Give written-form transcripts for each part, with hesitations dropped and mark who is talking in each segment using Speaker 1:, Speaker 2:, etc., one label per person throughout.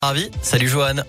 Speaker 1: Ravi, salut Johan.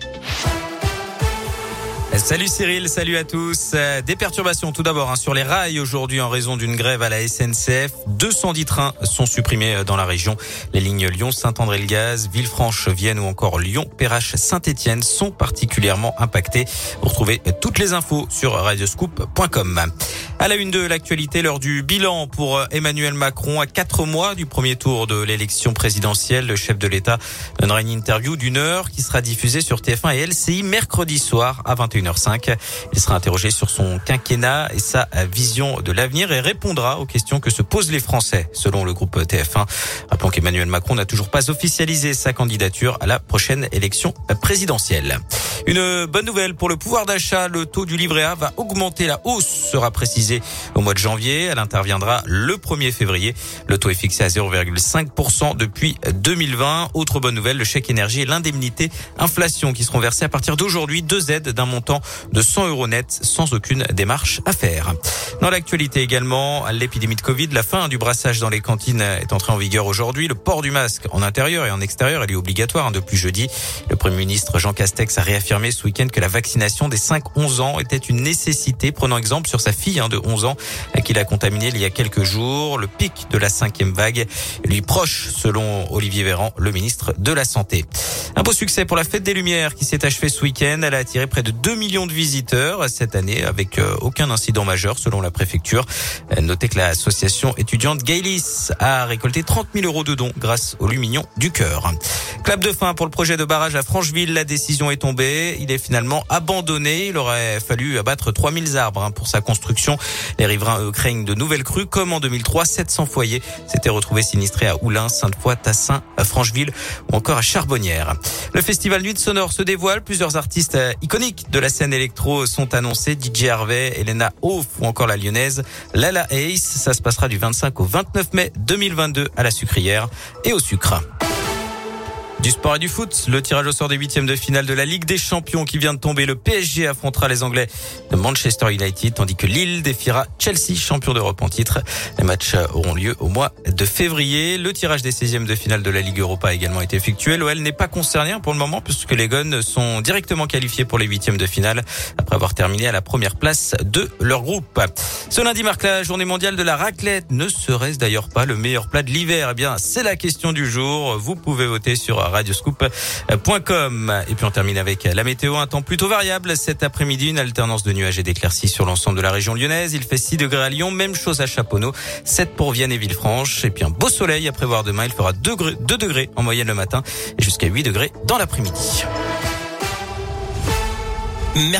Speaker 2: Salut Cyril, salut à tous. Des perturbations tout d'abord sur les rails aujourd'hui en raison d'une grève à la SNCF. 210 trains sont supprimés dans la région. Les lignes Lyon-Saint-André-le-Gaz, Villefranche-Vienne ou encore Lyon-Perrache-Saint-Étienne sont particulièrement impactées. Vous retrouvez toutes les infos sur radioscoop.com. À la une de l'actualité, l'heure du bilan pour Emmanuel Macron. À 4 mois du premier tour de l'élection présidentielle, le chef de l'État donnera une interview d'1 heure qui sera diffusée sur TF1 et LCI mercredi soir à 21h05. Il sera interrogé sur son quinquennat et sa vision de l'avenir et répondra aux questions que se posent les Français, selon le groupe TF1. Rappelons qu'Emmanuel Macron n'a toujours pas officialisé sa candidature à la prochaine élection présidentielle. Une bonne nouvelle pour le pouvoir d'achat, le taux du livret A va augmenter. La hausse sera précisée au mois de janvier. Elle interviendra le 1er février. Le taux est fixé à 0,5% depuis 2020. Autre bonne nouvelle, le chèque énergie et l'indemnité inflation qui seront versés à partir d'aujourd'hui. 2 aides d'un montant de 100 € net sans aucune démarche à faire. Dans l'actualité également, l'épidémie de Covid, la fin du brassage dans les cantines est entrée en vigueur aujourd'hui. Le port du masque en intérieur et en extérieur, elle est obligatoire depuis jeudi. Le Premier ministre Jean Castex a réaffirmé ce week-end que la vaccination des 5-11 ans était une nécessité, prenant exemple sur sa fille de 11 ans qu'il a contaminée il y a quelques jours. Le pic de la 5e vague lui proche, selon Olivier Véran, le ministre de la Santé. Un beau succès pour la Fête des Lumières qui s'est achevée ce week-end. Elle a attiré près de 2 millions de visiteurs cette année avec aucun incident majeur selon la préfecture. Notez que l'association étudiante Gaylis a récolté 30 000 € de dons grâce au Lumignon du Cœur. Clap de fin pour le projet de barrage à Francheville. La décision est tombée. Il est finalement abandonné. Il aurait fallu abattre 3000 arbres pour sa construction. Les riverains, eux, craignent de nouvelles crues. Comme en 2003, 700 foyers s'étaient retrouvés sinistrés à Oulins, Sainte-Foy, Tassin, Francheville ou encore à Charbonnières. Le festival Nuit Sonore se dévoile. Plusieurs artistes iconiques de la scène électro sont annoncés. DJ Hervé, Elena Hoff ou encore la lyonnaise Lala Ace. Ça se passera du 25 au 29 mai 2022 à la Sucrière et au Sucre. Du sport et du foot, le tirage au sort des 8e de finale de la Ligue des Champions qui vient de tomber. Le PSG affrontera les Anglais de Manchester United, tandis que Lille défiera Chelsea, champion d'Europe en titre. Les matchs auront lieu au mois de février. Le tirage des 16e de finale de la Ligue Europa a également été effectué. L'OL n'est pas concerné pour le moment puisque les Gones sont directement qualifiés pour les 8e de finale après avoir terminé à la première place de leur groupe. Ce lundi marque la journée mondiale de la raclette. Ne serait-ce d'ailleurs pas le meilleur plat de l'hiver? Eh bien, c'est la question du jour. Vous pouvez voter sur radioscoop.com. Et puis on termine avec la météo, un temps plutôt variable cet après-midi, une alternance de nuages et d'éclaircies sur l'ensemble de la région lyonnaise. Il fait 6 degrés à Lyon, même chose à Chaponneau, 7 pour Vienne et Villefranche. Et puis un beau soleil à prévoir demain, il fera 2 degrés en moyenne le matin et jusqu'à 8 degrés dans l'après-midi.